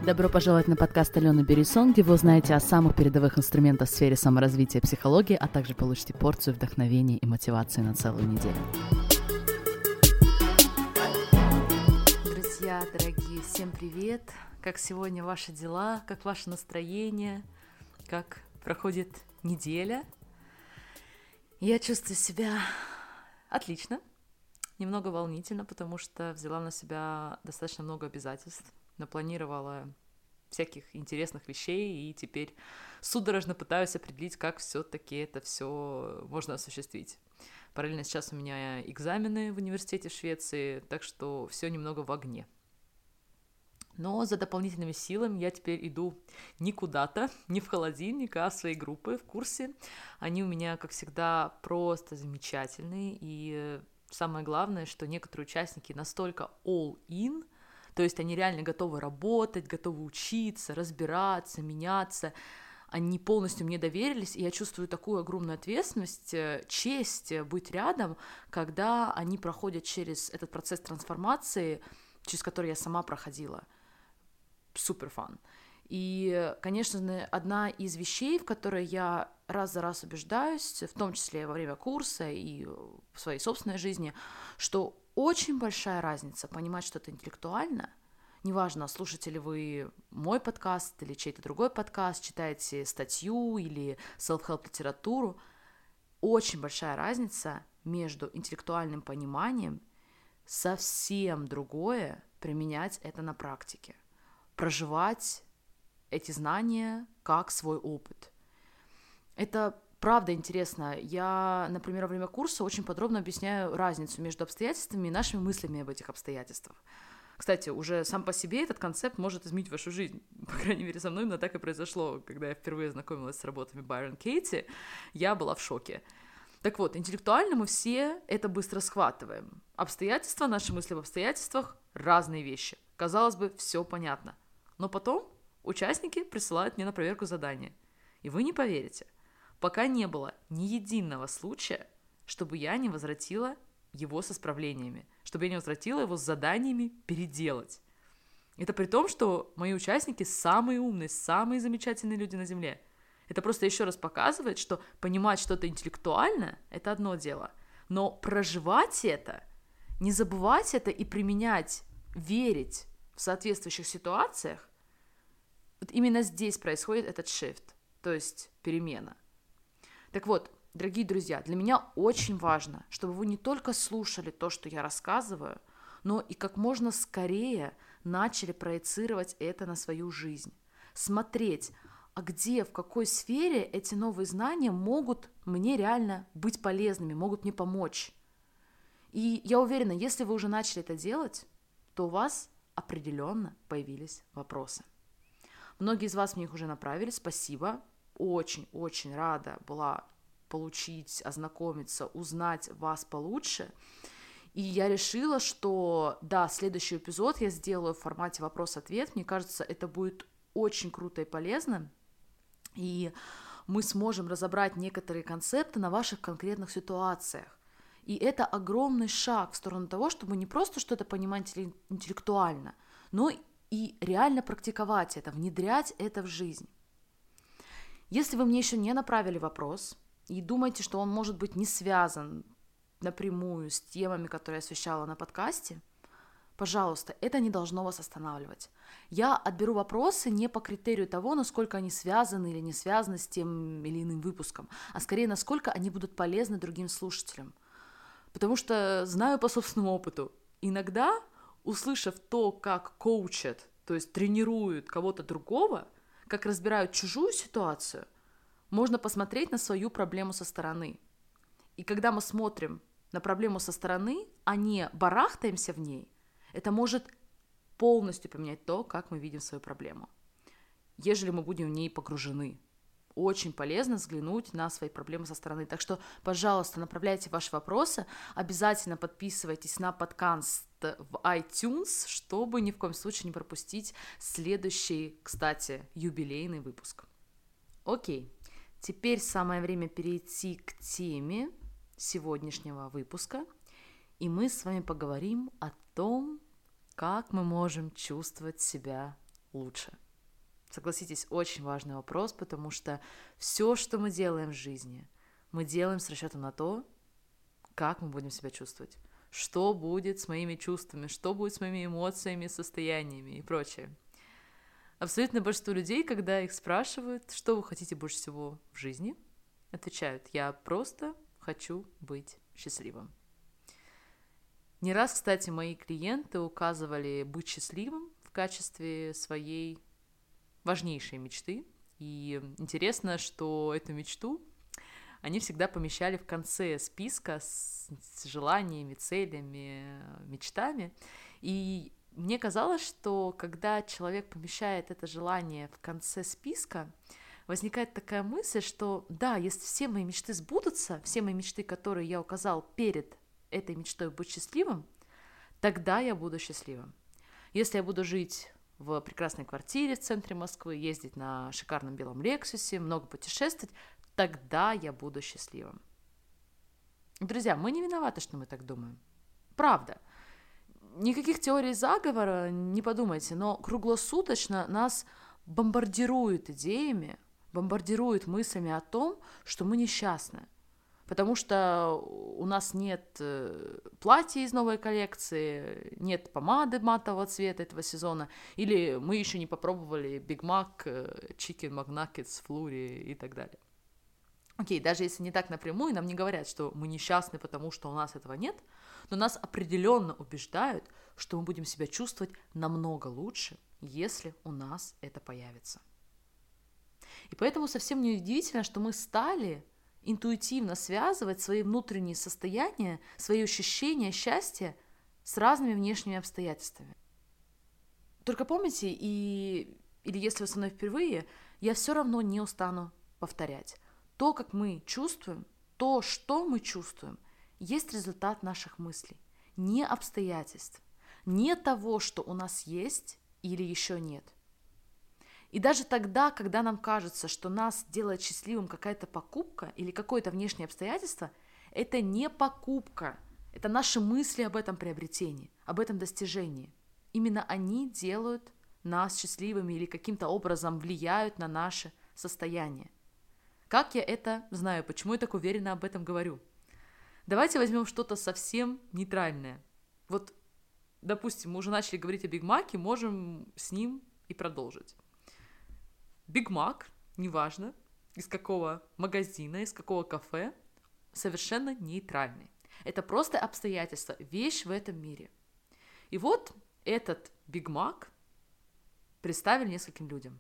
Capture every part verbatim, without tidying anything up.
Добро пожаловать на подкаст Алены Берисон, где вы узнаете о самых передовых инструментах в сфере саморазвития и психологии, а также получите порцию вдохновения и мотивации на целую неделю. Друзья, дорогие, всем привет! Как сегодня ваши дела? Как ваше настроение? Как проходит неделя? Я чувствую себя отлично, немного волнительно, потому что взяла на себя достаточно много обязательств, напланировала всяких интересных вещей и теперь судорожно пытаюсь определить, как все-таки это все можно осуществить. Параллельно сейчас у меня экзамены в университете в Швеции, так что все немного в огне. Но за дополнительными силами я теперь иду не куда-то, не в холодильник, а в свои группы, в курсе. Они у меня, как всегда, просто замечательные. И самое главное, что некоторые участники настолько all-in, то есть они реально готовы работать, готовы учиться, разбираться, меняться. Они полностью мне доверились, и я чувствую такую огромную ответственность, честь быть рядом, когда они проходят через этот процесс трансформации, через который я сама проходила. Супер фан. И, конечно, одна из вещей, в которой я раз за раз убеждаюсь, в том числе во время курса и в своей собственной жизни, что очень большая разница понимать что-то интеллектуально. Неважно, слушаете ли вы мой подкаст или чей-то другой подкаст, читаете статью или self-help литературу. Очень большая разница между интеллектуальным пониманием, совсем другое применять это на практике. Проживать эти знания как свой опыт. Это правда интересно. Я, например, во время курса очень подробно объясняю разницу между обстоятельствами и нашими мыслями об этих обстоятельствах. Кстати, уже сам по себе этот концепт может изменить вашу жизнь. По крайней мере, со мной именно так и произошло. Когда я впервые знакомилась с работами Байрон Кейти, я была в шоке. Так вот, интеллектуально мы все это быстро схватываем. Обстоятельства, наши мысли об обстоятельствах – разные вещи. Казалось бы, все понятно. Но потом участники присылают мне на проверку задания. И вы не поверите, пока не было ни единого случая, чтобы я не возвратила его с исправлениями, чтобы я не возвратила его с заданиями переделать. Это при том, что мои участники самые умные, самые замечательные люди на Земле. Это просто еще раз показывает, что понимать что-то интеллектуально – это одно дело, но проживать это, не забывать это и применять, верить в соответствующих ситуациях, вот именно здесь происходит этот shift, то есть перемена. Так вот, дорогие друзья, для меня очень важно, чтобы вы не только слушали то, что я рассказываю, но и как можно скорее начали проецировать это на свою жизнь. Смотреть, а где, в какой сфере эти новые знания могут мне реально быть полезными, могут мне помочь. И я уверена, если вы уже начали это делать, то у вас определенно появились вопросы. Многие из вас мне их уже направили, спасибо. Очень-очень рада была получить, ознакомиться, узнать вас получше. И я решила, что да, следующий эпизод я сделаю в формате вопрос-ответ. Мне кажется, это будет очень круто и полезно. И мы сможем разобрать некоторые концепты на ваших конкретных ситуациях. И это огромный шаг в сторону того, чтобы не просто что-то понимать интеллектуально, но и реально практиковать это, внедрять это в жизнь. Если вы мне еще не направили вопрос и думаете, что он может быть не связан напрямую с темами, которые я освещала на подкасте, пожалуйста, это не должно вас останавливать. Я отберу вопросы не по критерию того, насколько они связаны или не связаны с тем или иным выпуском, а скорее, насколько они будут полезны другим слушателям. Потому что знаю по собственному опыту, иногда, услышав то, как коучат, то есть тренируют кого-то другого, как разбирают чужую ситуацию, можно посмотреть на свою проблему со стороны. И когда мы смотрим на проблему со стороны, а не барахтаемся в ней, это может полностью поменять то, как мы видим свою проблему, ежели мы будем в ней погружены. Очень полезно взглянуть на свои проблемы со стороны. Так что, пожалуйста, направляйте ваши вопросы. Обязательно подписывайтесь на подкаст в iTunes, чтобы ни в коем случае не пропустить следующий, кстати, юбилейный выпуск. Окей, теперь самое время перейти к теме сегодняшнего выпуска. И мы с вами поговорим о том, как мы можем чувствовать себя лучше? Согласитесь, очень важный вопрос, потому что все, что мы делаем в жизни, мы делаем с расчетом на то, как мы будем себя чувствовать, что будет с моими чувствами, что будет с моими эмоциями, состояниями и прочее. Абсолютно большинство людей, когда их спрашивают, что вы хотите больше всего в жизни, отвечают: я просто хочу быть счастливым. Не раз, кстати, мои клиенты указывали быть счастливым в качестве своей важнейшей мечты. И интересно, что эту мечту они всегда помещали в конце списка с, с желаниями, целями, мечтами. И мне казалось, что когда человек помещает это желание в конце списка, возникает такая мысль, что да, если все мои мечты сбудутся, все мои мечты, которые я указал перед этой мечтой быть счастливым, тогда я буду счастливым. Если я буду жить в прекрасной квартире в центре Москвы, ездить на шикарном белом Лексусе, много путешествовать, тогда я буду счастливым. Друзья, мы не виноваты, что мы так думаем. Правда. Никаких теорий заговора, не подумайте, но круглосуточно нас бомбардируют идеями, бомбардируют мыслями о том, что мы несчастны. Потому что у нас нет платья из новой коллекции, нет помады матового цвета этого сезона, или мы еще не попробовали Big Mac, Chicken McNuggets, Flurry и так далее. Окей, даже если не так напрямую, нам не говорят, что мы несчастны, потому что у нас этого нет, но нас определенно убеждают, что мы будем себя чувствовать намного лучше, если у нас это появится. И поэтому совсем не удивительно, что мы стали интуитивно связывать свои внутренние состояния, свои ощущения счастья с разными внешними обстоятельствами. Только помните, и, или если вы со мной впервые, я все равно не устану повторять. То, как мы чувствуем, то, что мы чувствуем, есть результат наших мыслей, не обстоятельств, не того, что у нас есть или еще нет. И даже тогда, когда нам кажется, что нас делает счастливым какая-то покупка или какое-то внешнее обстоятельство, это не покупка, это наши мысли об этом приобретении, об этом достижении. Именно они делают нас счастливыми или каким-то образом влияют на наше состояние. Как я это знаю? Почему я так уверенно об этом говорю? Давайте возьмем что-то совсем нейтральное. Вот, допустим, мы уже начали говорить о Биг Маке, можем с ним и продолжить. Биг Мак, неважно, из какого магазина, из какого кафе, совершенно нейтральный. Это просто обстоятельства, вещь в этом мире. И вот этот Биг Мак представили нескольким людям.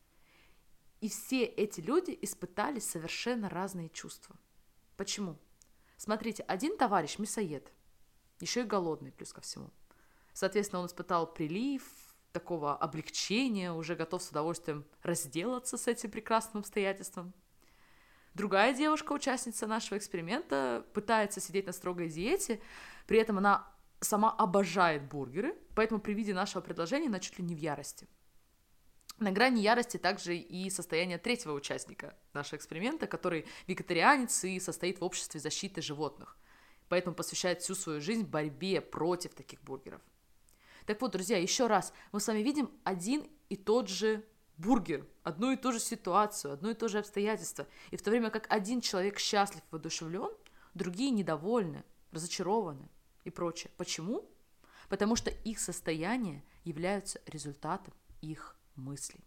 И все эти люди испытали совершенно разные чувства. Почему? Смотрите, один товарищ мясоед, еще и голодный, плюс ко всему. Соответственно, он испытал прилив такого облегчения, уже готов с удовольствием разделаться с этим прекрасным обстоятельством. Другая девушка, участница нашего эксперимента, пытается сидеть на строгой диете, при этом она сама обожает бургеры, поэтому при виде нашего предложения она чуть ли не в ярости. На грани ярости также и состояние третьего участника нашего эксперимента, который вегетарианец и состоит в обществе защиты животных, поэтому посвящает всю свою жизнь борьбе против таких бургеров. Так вот, друзья, еще раз, мы с вами видим один и тот же бургер, одну и ту же ситуацию, одно и то же обстоятельство. И в то время как один человек счастлив и воодушевлен, другие недовольны, разочарованы и прочее. Почему? Потому что их состояния являются результатом их мыслей.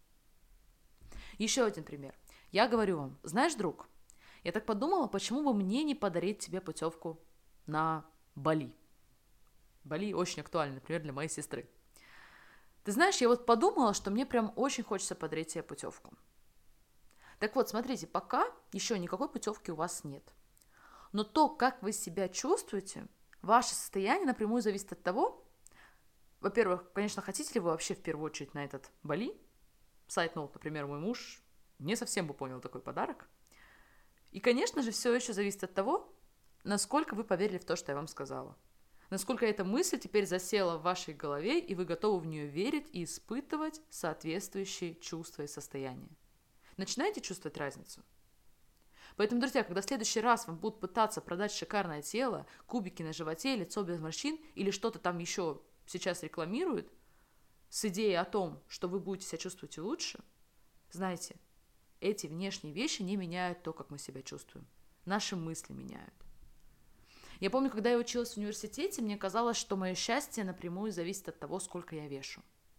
Еще один пример. Я говорю вам: знаешь, друг, я так подумала, почему бы мне не подарить тебе путевку на Бали. Бали очень актуально, например, для моей сестры. Ты знаешь, я вот подумала, что мне прям очень хочется подарить тебе путевку. Так вот, смотрите, пока еще никакой путевки у вас нет. Но то, как вы себя чувствуете, ваше состояние напрямую зависит от того, во-первых, конечно, хотите ли вы вообще в первую очередь на этот Бали? Сайт-ноут, например, мой муж не совсем бы понял такой подарок. И, конечно же, все еще зависит от того, насколько вы поверили в то, что я вам сказала. Насколько эта мысль теперь засела в вашей голове, и вы готовы в нее верить и испытывать соответствующие чувства и состояния. Начинаете чувствовать разницу? Поэтому, друзья, когда в следующий раз вам будут пытаться продать шикарное тело, кубики на животе, лицо без морщин или что-то там еще сейчас рекламируют, с идеей о том, что вы будете себя чувствовать лучше, знаете, эти внешние вещи не меняют то, как мы себя чувствуем. Наши мысли меняют. Я помню, когда я училась в университете, мне казалось, что мое счастье напрямую зависит от того, сколько я вешу.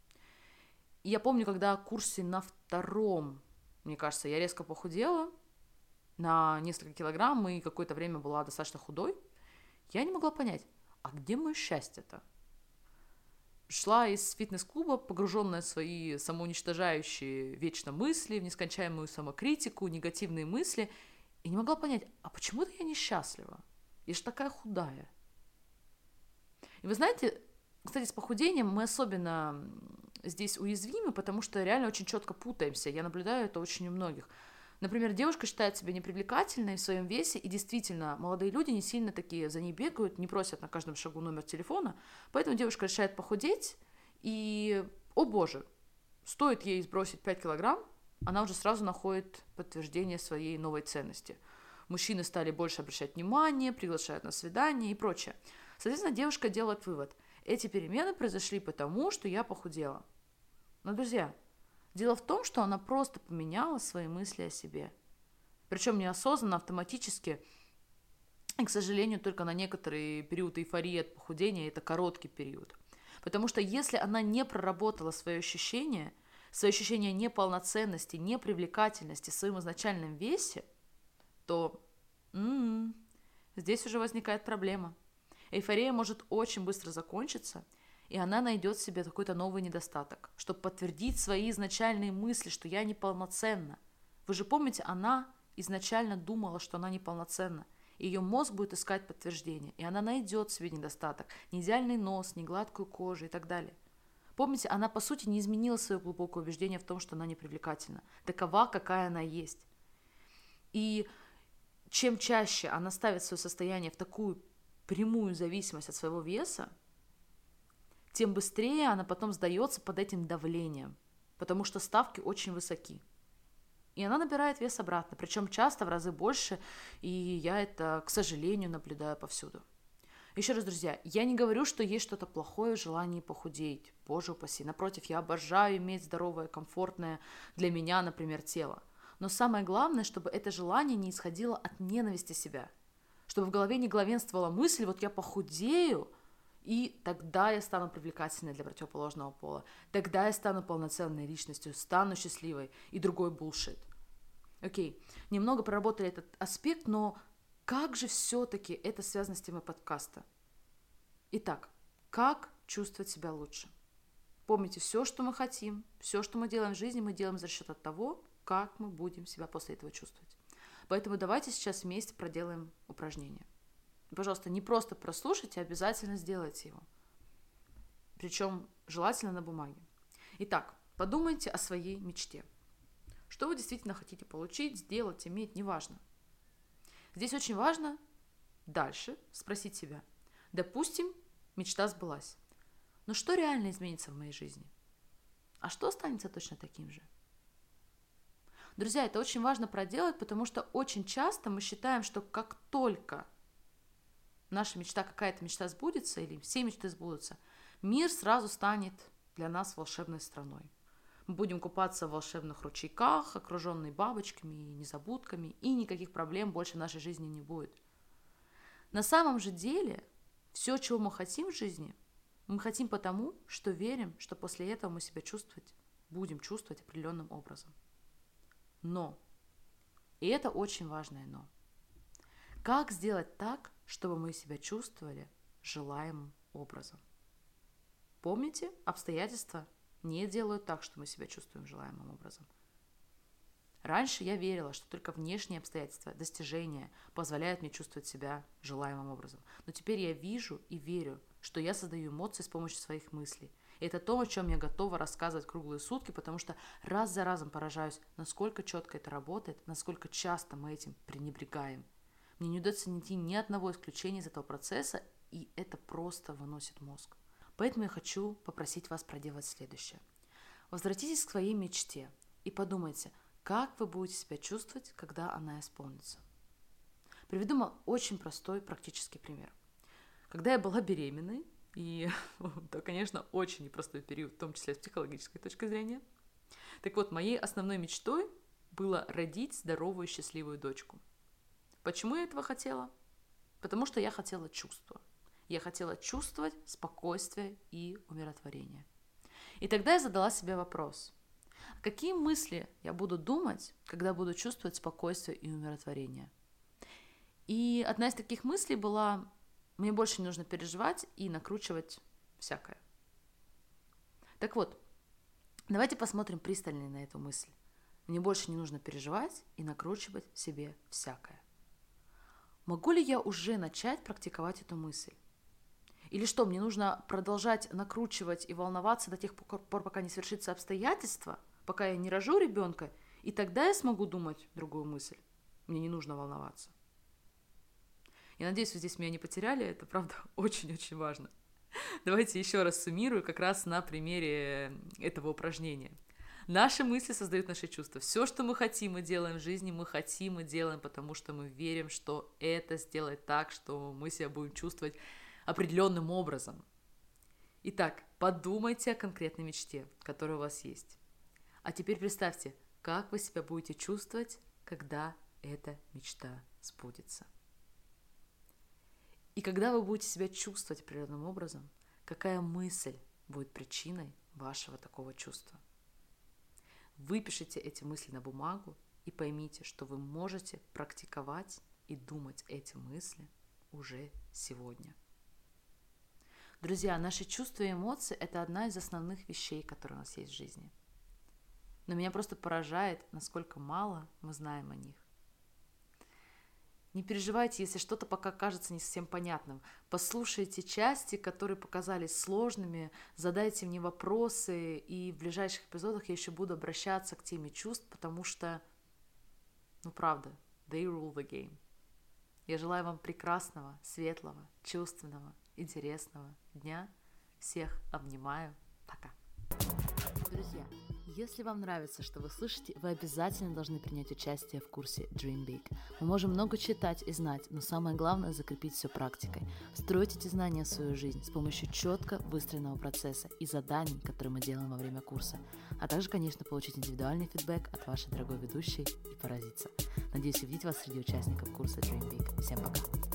И я помню, когда в курсе на втором, мне кажется, я резко похудела на несколько килограмм и какое-то время была достаточно худой, я не могла понять, а где мое счастье-то? Шла из фитнес-клуба, погруженная в свои самоуничтожающие вечно мысли, в нескончаемую самокритику, негативные мысли, и не могла понять, а почему-то я несчастлива? Я же такая худая. И вы знаете, кстати, с похудением мы особенно здесь уязвимы, потому что реально очень четко путаемся. Я наблюдаю это очень у многих. Например, девушка считает себя непривлекательной в своем весе, и действительно, молодые люди не сильно такие за ней бегают, не просят на каждом шагу номер телефона, поэтому девушка решает похудеть, и, о боже, стоит ей сбросить пять килограмм, она уже сразу находит подтверждение своей новой ценности. Мужчины стали больше обращать внимание, приглашают на свидание и прочее. Соответственно, девушка делает вывод. Эти перемены произошли потому, что я похудела. Но, друзья, дело в том, что она просто поменяла свои мысли о себе. Причем неосознанно, автоматически. И, к сожалению, только на некоторый период эйфории от похудения, это короткий период. Потому что если она не проработала свои ощущения, свои ощущения неполноценности, непривлекательности в своем изначальном весе, то м-м, здесь уже возникает проблема. Эйфория может очень быстро закончиться, и она найдет в себе какой-то новый недостаток, чтобы подтвердить свои изначальные мысли, что я неполноценна. Вы же помните, она изначально думала, что она неполноценна. И ее мозг будет искать подтверждение, и она найдет в себе недостаток, не идеальный нос, не гладкую кожу и так далее. Помните, она по сути не изменила свое глубокое убеждение в том, что она непривлекательна. Такова, какая она есть. И чем чаще она ставит свое состояние в такую прямую зависимость от своего веса, тем быстрее она потом сдается под этим давлением, потому что ставки очень высоки. И она набирает вес обратно, причем часто в разы больше, и я это, к сожалению, наблюдаю повсюду. Еще раз, друзья, я не говорю, что есть что-то плохое в желании похудеть, боже упаси. Напротив, я обожаю иметь здоровое, комфортное для меня, например, тело. Но самое главное, чтобы это желание не исходило от ненависти себя. Чтобы в голове не главенствовала мысль, вот я похудею, и тогда я стану привлекательной для противоположного пола. Тогда я стану полноценной личностью, стану счастливой. И другой булшит. Окей, немного проработали этот аспект, но как же все-таки это связано с темой подкаста? Итак, как чувствовать себя лучше? Помните, все, что мы хотим, все, что мы делаем в жизни, мы делаем за счет того, как мы будем себя после этого чувствовать. Поэтому давайте сейчас вместе проделаем упражнение. Пожалуйста, не просто прослушайте, а обязательно сделайте его. Причем желательно на бумаге. Итак, подумайте о своей мечте. Что вы действительно хотите получить, сделать, иметь, неважно. Здесь очень важно дальше спросить себя. Допустим, мечта сбылась. Но что реально изменится в моей жизни? А что останется точно таким же? Друзья, это очень важно проделать, потому что очень часто мы считаем, что как только наша мечта, какая-то мечта сбудется, или все мечты сбудутся, мир сразу станет для нас волшебной страной. Мы будем купаться в волшебных ручейках, окруженные бабочками и незабудками, и никаких проблем больше в нашей жизни не будет. На самом же деле, все, чего мы хотим в жизни, мы хотим потому, что верим, что после этого мы себя чувствовать, будем чувствовать определенным образом. Но, и это очень важное но, как сделать так, чтобы мы себя чувствовали желаемым образом? Помните, обстоятельства не делают так, что мы себя чувствуем желаемым образом. Раньше я верила, что только внешние обстоятельства, достижения позволяют мне чувствовать себя желаемым образом. Но теперь я вижу и верю, что я создаю эмоции с помощью своих мыслей. И это то, о чем я готова рассказывать круглые сутки, потому что раз за разом поражаюсь, насколько четко это работает, насколько часто мы этим пренебрегаем. Мне не удается найти ни одного исключения из этого процесса, и это просто выносит мозг. Поэтому я хочу попросить вас проделать следующее. Возвратитесь к своей мечте и подумайте, как вы будете себя чувствовать, когда она исполнится. Приведу вам очень простой практический пример. Когда я была беременной, И это, конечно, очень непростой период, в том числе с психологической точки зрения. Так вот, моей основной мечтой было родить здоровую и счастливую дочку. Почему я этого хотела? Потому что я хотела чувства. Я хотела чувствовать спокойствие и умиротворение. И тогда я задала себе вопрос. Какие мысли я буду думать, когда буду чувствовать спокойствие и умиротворение? И одна из таких мыслей была: мне больше не нужно переживать и накручивать всякое. Так вот, давайте посмотрим пристально на эту мысль. Мне больше не нужно переживать и накручивать себе всякое. Могу ли я уже начать практиковать эту мысль? Или что, мне нужно продолжать накручивать и волноваться до тех пор, пока не свершится обстоятельство, пока я не рожу ребенка, и тогда я смогу думать другую мысль? Мне не нужно волноваться. Я надеюсь, вы здесь меня не потеряли, это, правда, очень-очень важно. Давайте еще раз суммирую как раз на примере этого упражнения. Наши мысли создают наши чувства. Все, что мы хотим и делаем в жизни, мы хотим и делаем, потому что мы верим, что это сделает так, что мы себя будем чувствовать определенным образом. Итак, подумайте о конкретной мечте, которая у вас есть. А теперь представьте, как вы себя будете чувствовать, когда эта мечта сбудется. И когда вы будете себя чувствовать определенным образом, какая мысль будет причиной вашего такого чувства? Выпишите эти мысли на бумагу и поймите, что вы можете практиковать и думать эти мысли уже сегодня. Друзья, наши чувства и эмоции – это одна из основных вещей, которые у нас есть в жизни. Но меня просто поражает, насколько мало мы знаем о них. Не переживайте, если что-то пока кажется не совсем понятным. Послушайте части, которые показались сложными, задайте мне вопросы, и в ближайших эпизодах я еще буду обращаться к теме чувств, потому что, ну правда, they rule the game. Я желаю вам прекрасного, светлого, чувственного, интересного дня. Всех обнимаю. Пока. Друзья, если вам нравится, что вы слышите, вы обязательно должны принять участие в курсе Dream Big. Мы можем много читать и знать, но самое главное – закрепить все практикой. Строить эти знания в свою жизнь с помощью четко выстроенного процесса и заданий, которые мы делаем во время курса. А также, конечно, получить индивидуальный фидбэк от вашей дорогой ведущей и поразиться. Надеюсь увидеть вас среди участников курса Dream Big. Всем пока!